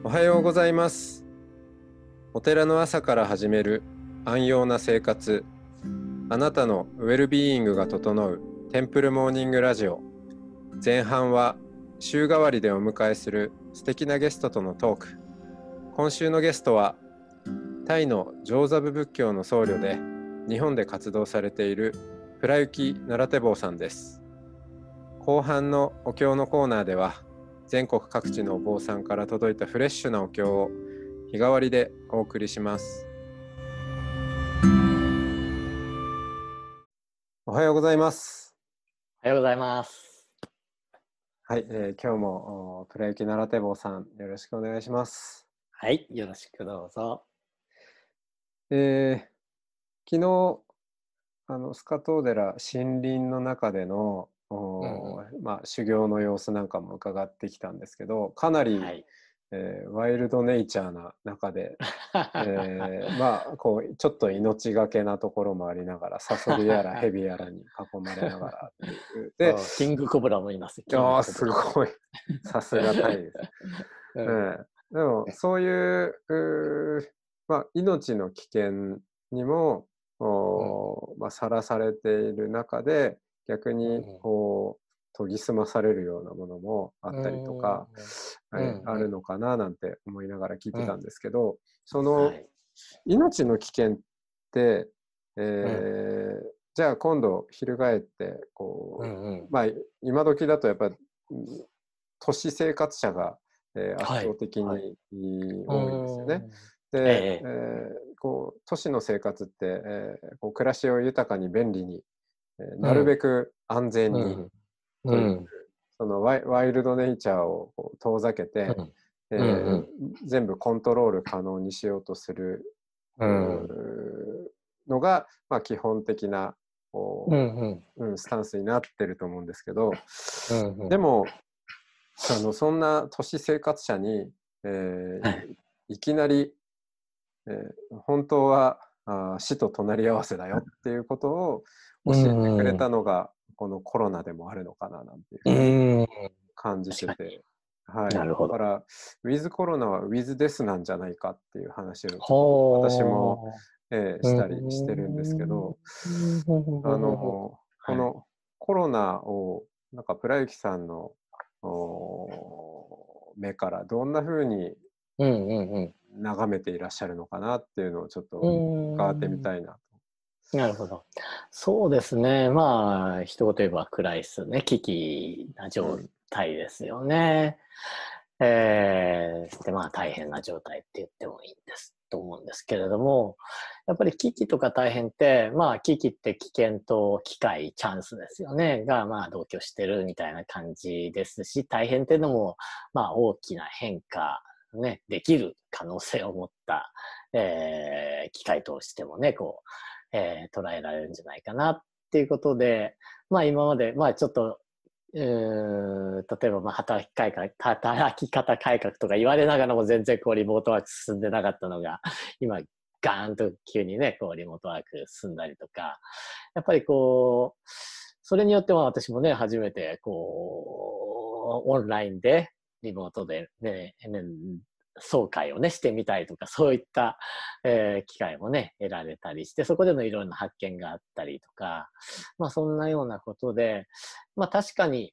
おはようございます。お寺の朝から始める安養な生活、あなたのウェルビーイングが整うテンプルモーニングラジオ。前半は週替わりでお迎えする素敵なゲストとのトーク。今週のゲストはタイのジョーザブ仏教の僧侶で日本で活動されているプラユキ・ナラテボーさんです。後半のお経のコーナーでは全国各地のお坊さんから届いたフレッシュなお経を日替わりでお送りします。おはようございます。 おはようございます。 はい、今日もプラユキ・ナラテボーさんよろしくお願いします。 はい、よろしくどうぞ。 昨日スカトーデラ森林の中での修行の様子なんかも伺ってきたんですけど、かなり、 はい。 ワイルドネイチャーな中で、こうちょっと命がけなところもありながら、サソリやらヘビやらに囲まれながらっていうで、 キングコブラもいます。キングコブラ。 すごいさすがタイです、でもそういう命の危険にもさらされている中で逆にこう研ぎ澄まされるようなものもあったりとか、あるのかななんて思いながら聞いてたんですけど、その命の危険って、じゃあ今度翻ってこう、今時だとやっぱり都市生活者が圧倒的に多いんですよね。で、こう都市の生活って、こう暮らしを豊かに便利に、なるべく安全にという、そのワイルドネイチャーをこう遠ざけて、全部コントロール可能にしようとするのが、基本的なスタンスになってると思うんですけど、でもそんな都市生活者に、いきなり、本当は死と隣り合わせだよっていうことを教えてくれたのがこのコロナでもあるのかななんていう感じてて、はい、だからウィズコロナはウィズデスなんじゃないかっていう話を私も、したりしてるんですけど、このコロナをなんかプラユキさんの目からどんな風に眺めていらっしゃるのかなっていうのをちょっと伺ってみたいなと。 なるほど。そうですね。一言言えばクライスね、危機な状態ですよね。で、大変な状態って言ってもいいんですと思うんですけれども、やっぱり危機とか大変って、危機って危険と機会、チャンスですよね、が、同居してるみたいな感じですし、大変っていうのも、大きな変化、ね、できる可能性を持った、機会としてもね、捉えられるんじゃないかなっていうことで、今まで、ちょっと、例えば働き方改革とか言われながらも全然リモートワーク進んでなかったのが、今ガーンと急にね、リモートワーク進んだりとか、やっぱりそれによっては私もね、初めてオンラインで、リモートでね、総会をね、してみたりとか、そういった、機会もね、得られたりして、そこでのいろんな発見があったりとか、そんなようなことで、確かに、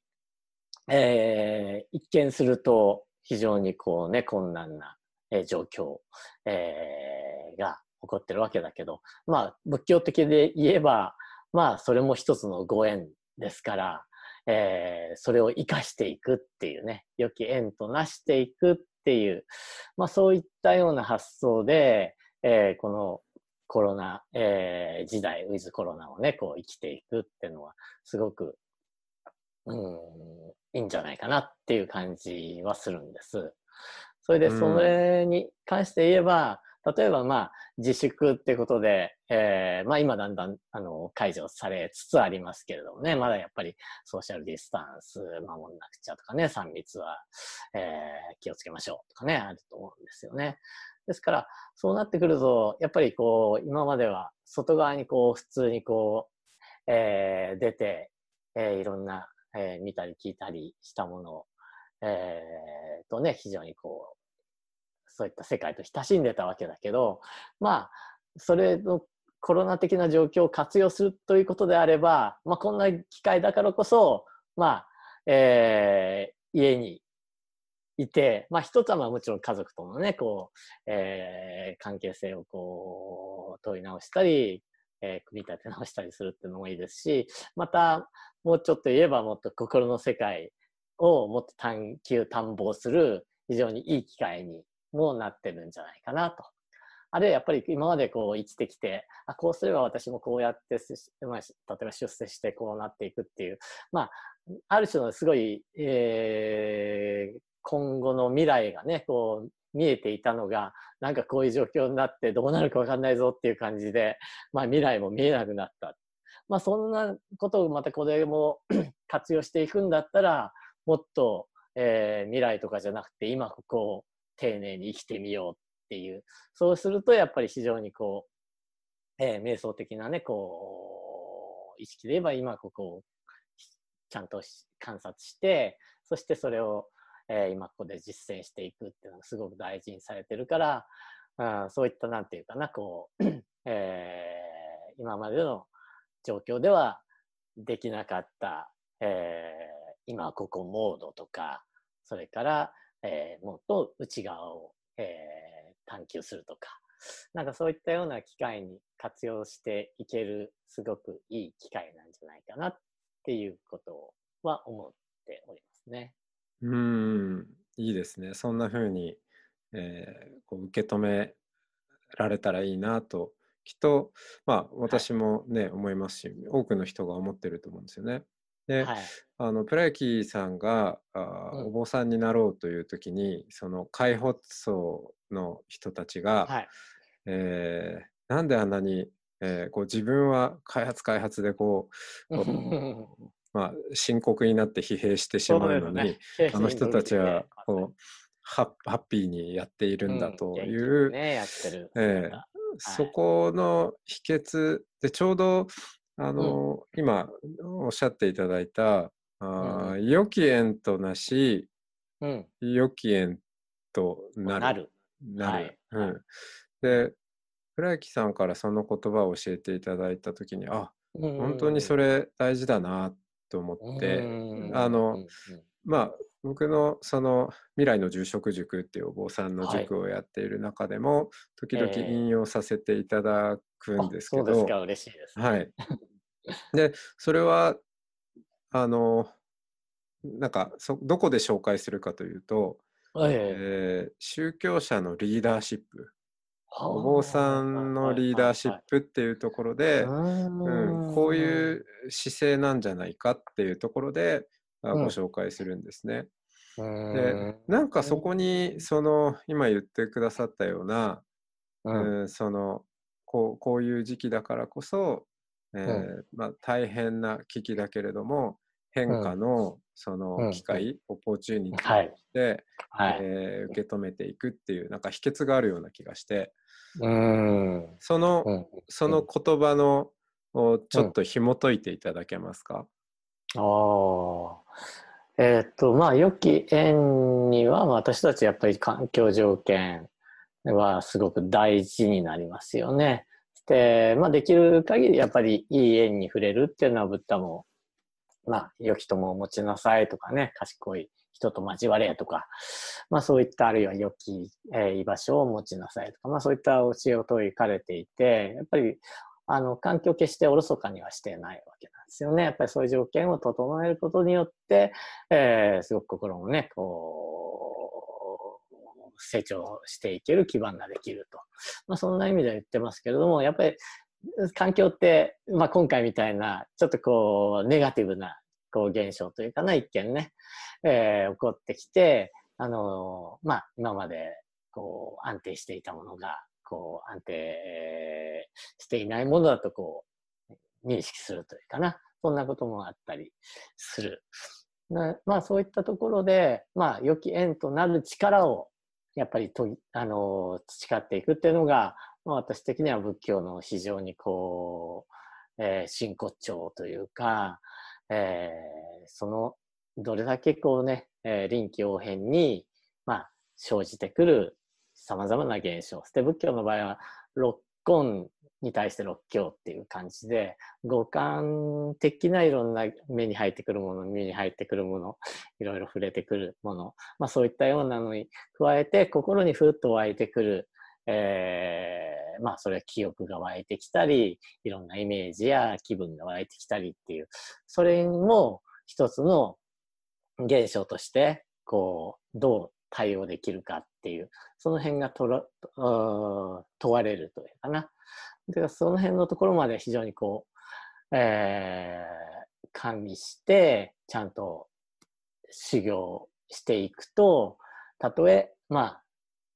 一見すると非常に困難な、状況、が起こってるわけだけど、仏教的で言えば、それも一つのご縁ですから、それを生かしていくっていうね、良き縁となしていくっていう、そういったような発想で、このコロナ、時代、ウィズコロナをね、生きていくっていうのは、すごく、いいんじゃないかなっていう感じはするんです。それで、それに関して言えば、例えば自粛ってことで、今だんだん解除されつつありますけれどもね、まだやっぱりソーシャルディスタンス守んなくちゃとかね、3密は、気をつけましょうとかね、あると思うんですよね。ですから、そうなってくると、やっぱり今までは外側に普通に出て、いろんな、見たり聞いたりしたものを、非常にそういった世界と親しんでたわけだけど、まあ、それのコロナ的な状況を活用するということであれば、まあ、こんな機会だからこそ、まあ、家にいて、まあ、一つはまあもちろん家族とのね、こう、関係性をこう、問い直したり、組み立て直したりするっていうのもいいですし、また、もうちょっと言えばもっと心の世界をもっと探求探訪する非常にいい機会にもなってるんじゃないかなと。あるいはやっぱり今までこう生きてきて、あ、こうすれば私もこうやって、まあ、例えば出世してこうなっていくっていう、まあ、ある種のすごい、今後の未来がね、こう見えていたのが、なんかこういう状況になってどうなるかわかんないぞっていう感じで、まあ未来も見えなくなった。まあそんなことをまたこれも活用していくんだったら、もっと、未来とかじゃなくて今ここを丁寧に生きてみようっていう、そうするとやっぱり非常にこう、瞑想的なね、こう、意識で言えば今ここをちゃんと観察して、そしてそれを、今ここで実践していくっていうのがすごく大事にされてるから、そういったなんていうかな、こう、今までの状況ではできなかった、今ここモードとか、それから、もっと内側を、探求するとか、なんかそういったような機会に活用していけるすごくいい機会なんじゃないかなっていうことは思っておりますね。 いいですね。そんな風に、こう受け止められたらいいなと、きっと、まあ、 はい。 私もね、思いますし、多くの人が思ってると思うんですよね。で、 はい。 プロ野球さんがおうん。 坊さんになろうという時に、その開発層の人たちが、 はい。 なんであんなに、こう自分は開発でこう、まあ、深刻になって疲弊してしそうですね。 まうのに、 精あの人神分たちは離で、まさに。 こうハッピーにやっているんだうん。 とい元気にう、 ね、やってるえー姿。はそい。 この秘訣でちょうどうん。 今おっしゃっていただいたうんうん。 良き縁となしうん。 良き縁となるなる。 なる、 はい。はい。 うん、 うん。 で倉木さんからその言葉を教えていただいた時にう本当にん。 それ大事だなと思っうん。 てうん。うん。 まあ僕のその未来の住職塾っていうお坊さんのはい。 塾をやっている中でも時々引ええ、 用させていただくんあ、 ですけど、 そうですか。嬉しいですね。 はい。で、それは、あの、なんかどこで紹介するかというと、 ええ。 宗教者のリーダーシップ、 はお坊さあ、 んのはいリーダーシッはいはい。 プっていうところうで、こうーん。 いう姿勢なんじゃないかっていうところでごうん。 紹介するんですね。 うで、 ーん。 なんかそこに、その、今言ってくださったような、 うん。 その、こういう時期だからこそ、 うん。 まあ、大変な危機だけれども、変化うん。 のその機うん。うん。 会、オポチュニティはい。 として、 はい。 受け止めていくっていう、なんか秘訣があるような気がして、 うーん。 その、 うん。 そのうん。 言葉のちうん。 ょっと紐解いていただけますか？ ああ。まあ、良き縁には、私たちやっぱり環境条件はすごく大事になりますよね。で、まあ、できる限りやっぱりいい縁に触れるっていうのは、ブッダも、まあ、良き友を持ちなさいとかね、賢い人と交われとか、まあ、そういった、あるいは良き、居場所を持ちなさいとか、まあ、そういった教えを説かれていて、やっぱり、環境を決しておろそかにはしてないわけなんですよね。やっぱりそういう条件を整えることによって、すごく心もね、こう、成長していける基盤ができると。まあ、そんな意味では言ってますけれども、やっぱり環境って、まあ、今回みたいな、ちょっとこう、ネガティブな、こう、現象というかな、一見ね、起こってきて、まあ、今まで、こう、安定していたものが、こう、安定していないものだと、こう、認識するというかな、そんなこともあったりする。まあ、そういったところで、まあ、良き縁となる力を、やっぱり培っていくっていうのが、まあ、私的には仏教の非常にこう、真骨頂というか、えその、どれだけこうね、臨機応変に、まあ、生じてくる、 さまざまな現象。で、仏教の場合は六根に対して六教っていう感じで、五感的ないろんな目に入ってくるもの、耳に入ってくるもの、いろいろ触れてくるもの、まあそういったようなのに加えて、心にふっと湧いてくる、まあそれは記憶が湧いてきたり、いろんなイメージや気分が湧いてきたりっていう、それも一つの現象として、こう、どう対応できるかっていう、その辺が問われるというかな。で、その辺のところまで非常にこう、管理して、ちゃんと修行していくと、たとえ、まあ、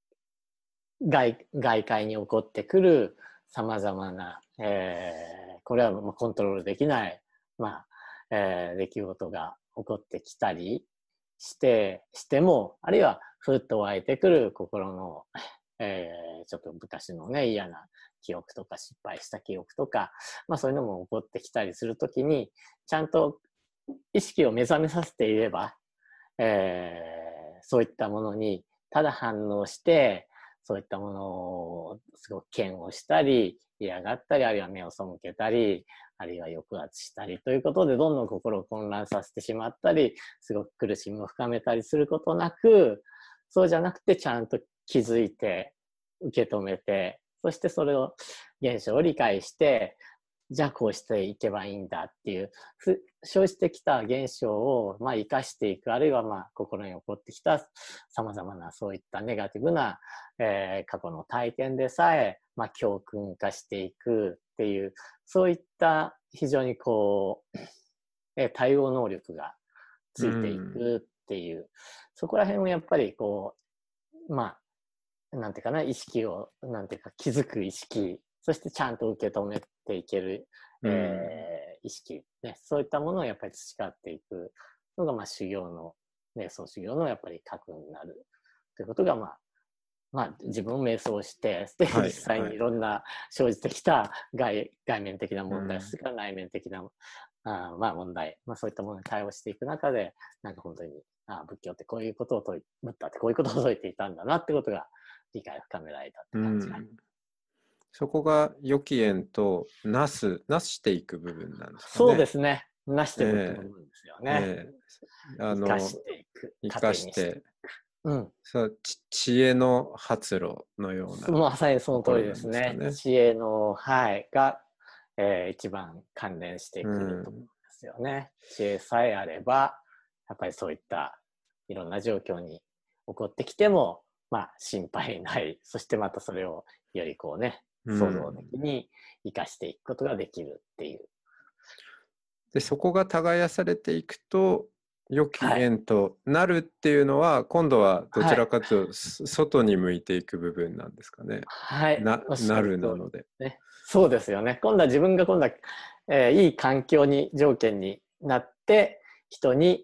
外界に起こってくる様々な、これはもうコントロールできない、まあ、出来事が起こってきたりしても、あるいはふっと湧いてくる心の、ちょっと昔のね、嫌な記憶とか失敗した記憶とか、まあそういうのも起こってきたりするときに、ちゃんと意識を目覚めさせていれば、そういったものにただ反応して、そういったものをすごく嫌悪したり、嫌がったり、あるいは目を背けたり、あるいは抑圧したりということで、どんどん心を混乱させてしまったり、すごく苦しみを深めたりすることなく、そうじゃなくてちゃんと気づいて、受け止めて、そしてそれを、現象を理解して、じゃあこうしていけばいいんだっていう、生じてきた現象をまあ生かしていく、あるいはまあ心に起こってきた様々なそういったネガティブな、過去の体験でさえ、まあ教訓化していくっていう、そういった非常にこう、対応能力がついていくっていう、そこら辺をやっぱりこう、まあ、なんていうかな、意識を、なんていうか気づく意識、そしてちゃんと受け止めていける、意識、ね、そういったものをやっぱり培っていくのが、まあ修行の、瞑想修行のやっぱり核になるということが、まあ自分を瞑想して、で、実際にいろんな生じてきた外面的な問題、それから内面的な、まあ問題、まあそういったものに対応していく中で、なんか本当に、仏教ってこういうことをブッダってこういうことを説いていたんだなってことが理解を深められたって感じが。 そこが予期縁となしていく部分なんですかね。 そうですね。なしていくってことなんですよね。生かしていく。 生かして、知恵の発露のような、 まさにその通りですね。知恵の、が、一番関連してくるところですよね。知恵さえあれば、やっぱりそういったいろんな状況に起こってきても、まあ心配ない。そしてまたそれをよりこうね、創造的に生かしていくことができるっていう。 で、そこが耕されていくと、良き縁となるっていうのは、今度はどちらかというと、外に向いていく部分なんですかね。 はい。 なるなので。 ね、そうですよね。今度は自分が今度は、いい環境に、条件になって、人に、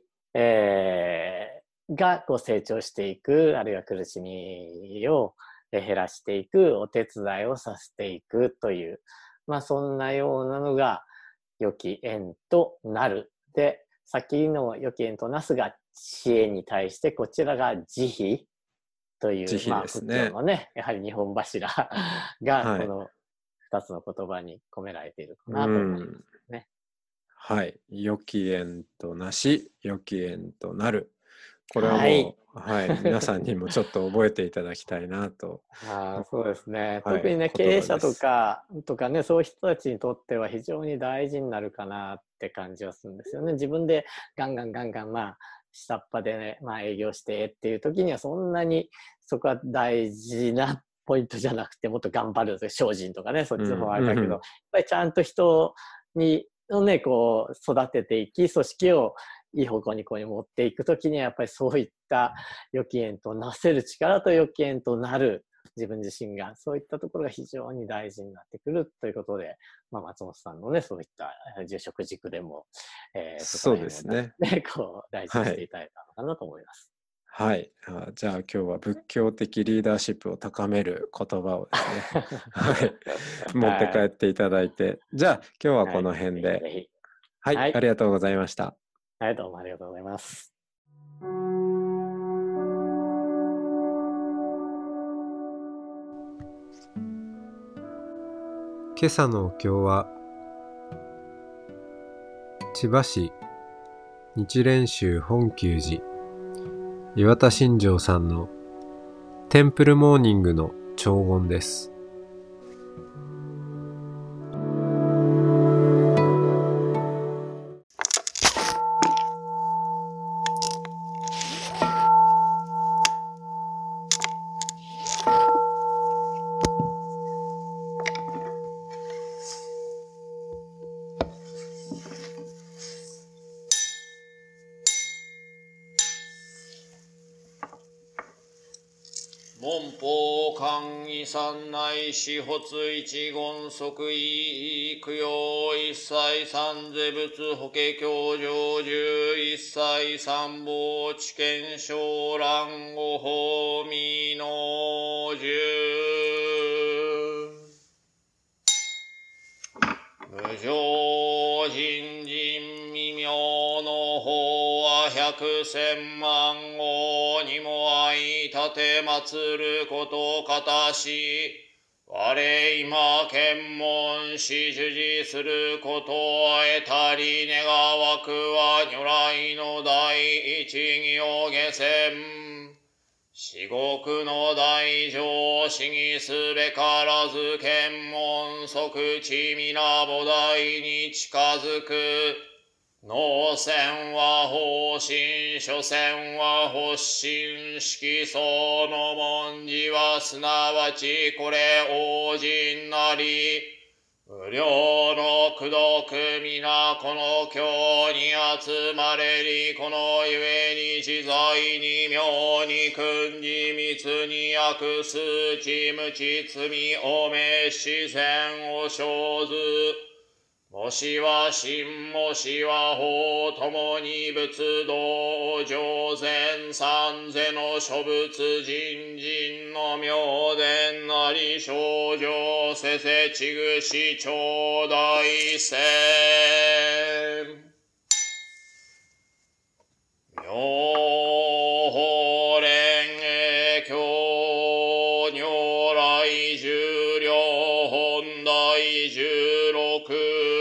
がこう成長していく、あるいは苦しみを減らしていく、お手伝いをさせていくという、まあそんなようなのが良き縁となる。で、先の良き縁となすが知恵に対して、こちらが慈悲という、まあ仏教のね、やはり日本柱がこの2つの言葉に込められているかなと思いますね。 はい。良き縁となし、良き縁となる。これはもう、はい、皆さんにもちょっと覚えていただきたいなと。 そうですね。特にね、経営者とかね、そういう人たちにとっては非常に大事になるかなって感じはするんですよね。自分でガンガン、まあ、下っ端でね、まあ営業してっていう時にはそんなにそこは大事なポイントじゃなくて、もっと頑張る精進とかね、そっちの方はあれだけど、やっぱりちゃんと人に、ね、こう育てていき、組織をいい方向にこう持っていくときにはやっぱりそういった予期縁となせる力と予期縁となる自分自身がそういったところが非常に大事になってくるということで、まあ、松本さんのねそういった住職軸でも、 そうですね。 こう大事にしていただいたのかなと思います。 はい。じゃあ今日は仏教的リーダーシップを高める言葉をですね、はい、持って帰っていただいて、じゃあ今日はこの辺で、はい、ありがとうございました。 はい、どうもありがとうございます。 今朝のお経は千葉市日蓮宗本久寺岩田信条さんのテンプルモーニングの長言です。 文法官位三内四発一言即位供養一切三世仏法華経成就一切三宝知見昇覧御法未納十無常人人未明の法は百千万号にも相立て祀ることかたし、我今検問し授事することを得たり願わくは如来の第一義を下船。至極の大乗思議すべからず検問即地皆菩提に近づく。能線は方針、所詮は発心、色相の文字はすなわちこれ王人なり。無料の功徳皆この経に集まれり、このゆえに自在に妙に訓示密に訳すち無知罪おめ自然を生ず。もしは真もしは法ともに仏道上善三世の諸仏人人の妙伝なり少女せせちぐし頂戴せ妙法蓮華経如来十両本第十六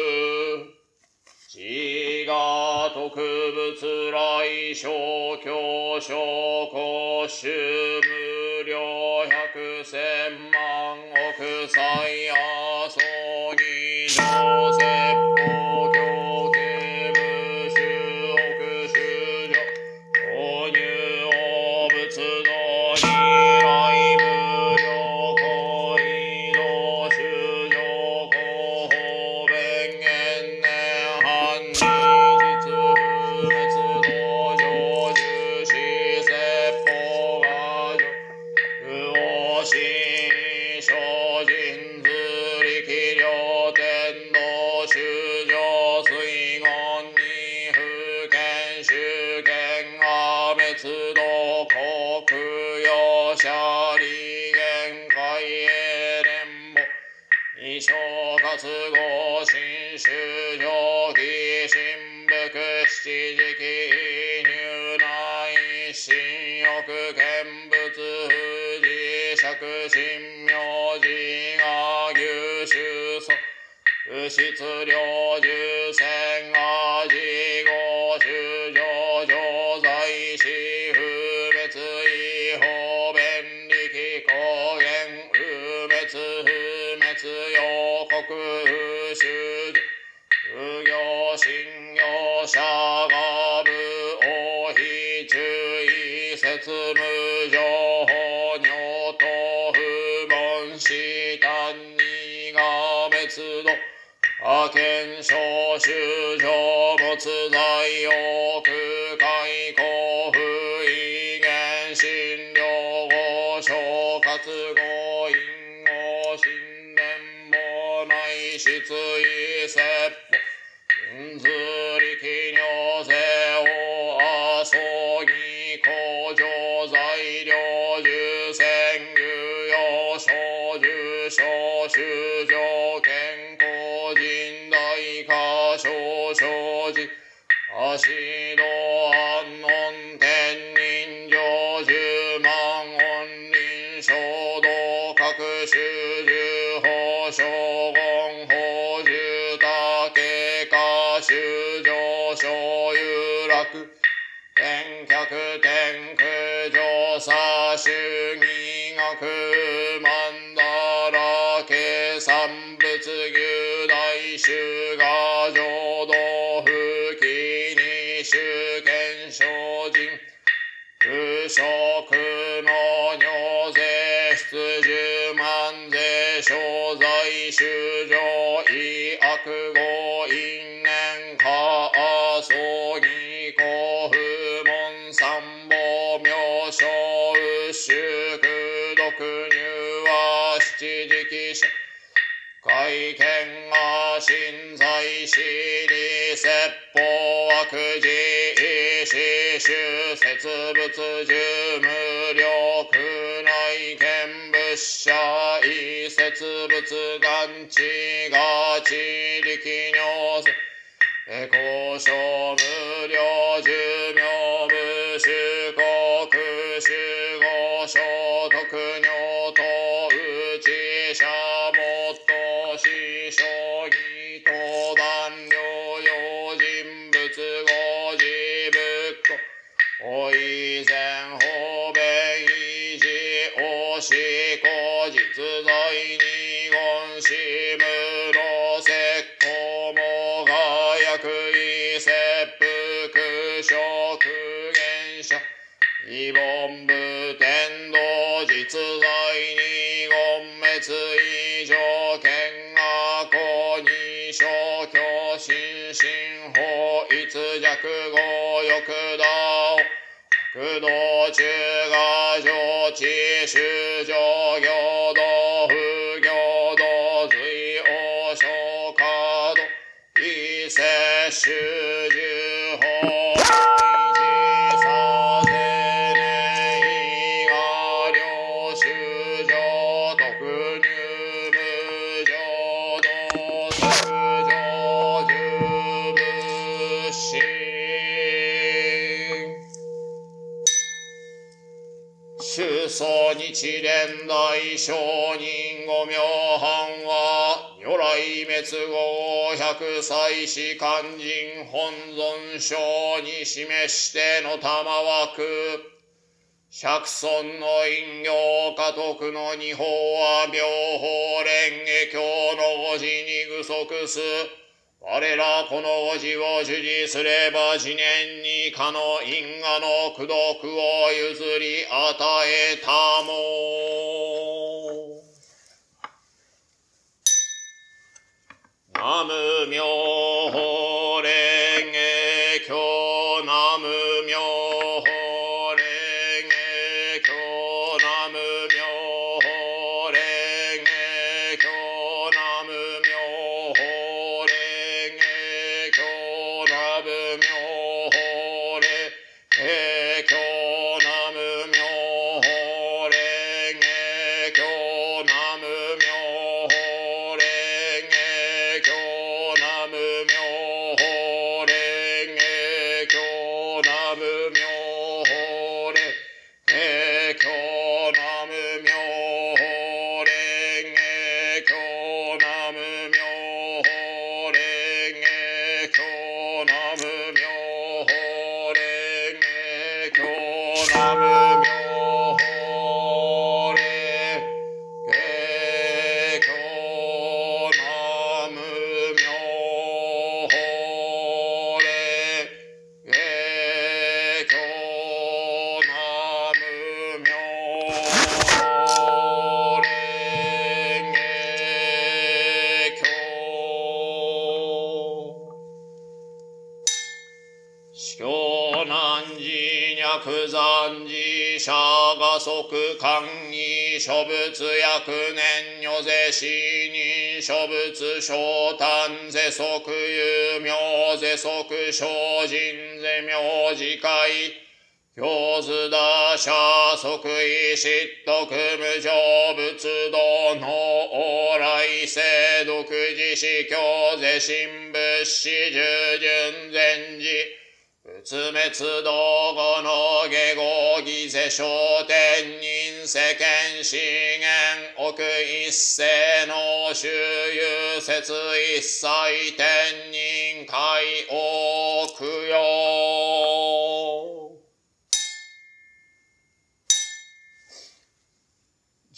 自我特仏来小教小公衆無量百千万億歳阿蘇義上説法教定無種億種上購入王仏道如来無量行為道衆上広報弁言年半日実不滅道成就し説法が上不応心精進図力量天道修上水言に不見主権が滅度国用者利限界永年母二小活合新種上記新福七時期入内新欲見物富士釈神明寺が牛種祖物質量十千が自合衆上上在し不滅違法弁力公言不滅不滅予告衆無行信行者が部王非注意説無情報尿と不凡死単にが滅度派遣小衆上没在奥開公不異言診療後小活合因後神伝母内質異説法因図力尿性を阿蘇義工場材料重戦具用小重小衆上健康人大化小小寺足道安穏天人上十万音輪衝動各種十法将言客天空上差主義学曼荼羅計算物牛大衆が浄土不起に主権精進不職の尿税出十万税商財修上医悪語因縁下葬儀公不門三宝名称祝毒入は七時期者会見が神在私利説法悪事意思修説物樹無料宮内見物者意説物願地が地力尿せ交渉無料寿命無主国守護所得尿等うち者もっと師匠に登壇療養人物ご自仏お以前方便維持おしこ実在に言し無老石膏もが薬医切腹食原者異凡部天道実在に言滅以上見が公に消去心身法逸弱語欲道悪道中が上智修上行道不行道随王将化道異世修十法内寺させねいが領修上特入無上道作上十仏心宗祖日蓮大聖人五明藩は如来滅後百歳死勧進本尊称に示しての玉枠釈尊の因行家督の二法は妙法蓮華経の語字に具足す我らこの語字を受持すれば次年にかの因果の功徳を譲り与えたも南無妙法蓮華経南無妙法蓮華経南無妙法蓮華経南無妙法蓮華経南無妙法蓮華経南無妙法蓮華経南無妙法蓮華経南無妙法蓮華経南無妙法蓮華経南無妙法蓮華経南無妙法蓮華経南無妙法蓮華経南無妙法蓮華経南無妙法蓮華経南無妙法蓮華経司教難寺脈山寺社が即官議諸仏役年女世死人諸仏昇誕世即有名世即精進世名字会教図打者即位失徳無常仏道の往来世独自死教世神仏師従順禅寺仏滅道後の下合義世聖天人世間資源奥一世の周遊説一切天人海王供養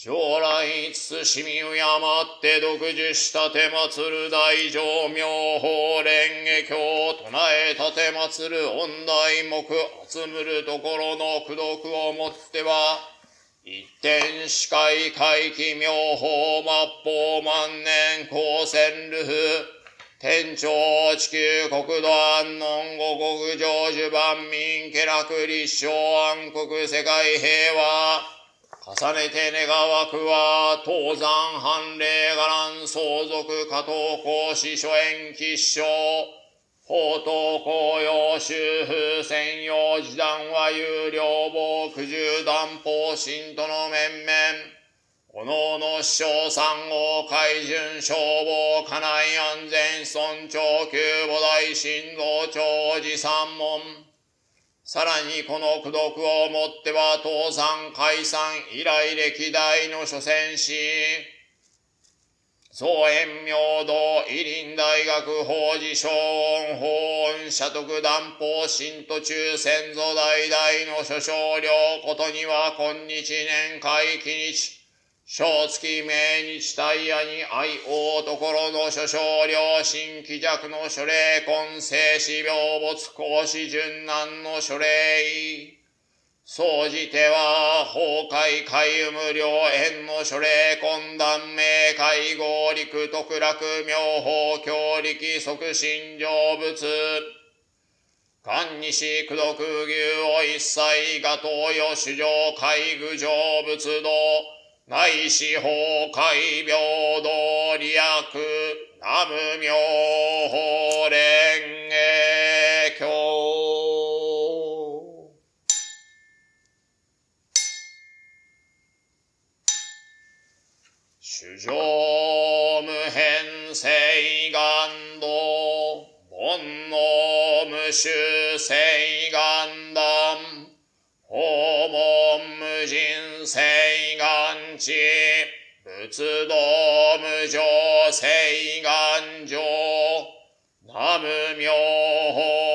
将来慎み敬って独自したて祭る大乗妙法蓮華経唱えたて祭る御大目集むるところの功徳をもっては一点視界回帰妙法末法万年光線流天朝地球国土安穏五国成就万民家楽立正安国世界平和重ねて願わくは、東山藩令伽藍相続加藤公子諸縁吉祥、法東公用修風専用時断は有料房苦渋断法信徒の面々、おのおの師匠三王海巡消防家内安全尊長久母大神道長寺三門、さらにこの功徳をもっては東山解散以来歴代の諸戦士造園明道医林大学法事小音法音社徳断法神徒中先祖代々の諸少量ことには今日年会期日正月命日大夜に愛王ところの諸少量新規弱の諸霊根生死病没孔子順難の諸霊総じては崩壊海無量縁の諸霊根断命会合陸徳楽妙法教力即心成仏官西功徳牛を一切が東洋主上海具成仏道内視法界平等利益南無妙法蓮華経主上無変性願道煩悩無臭性願断訪問無人性願地仏道無常性願上南無妙法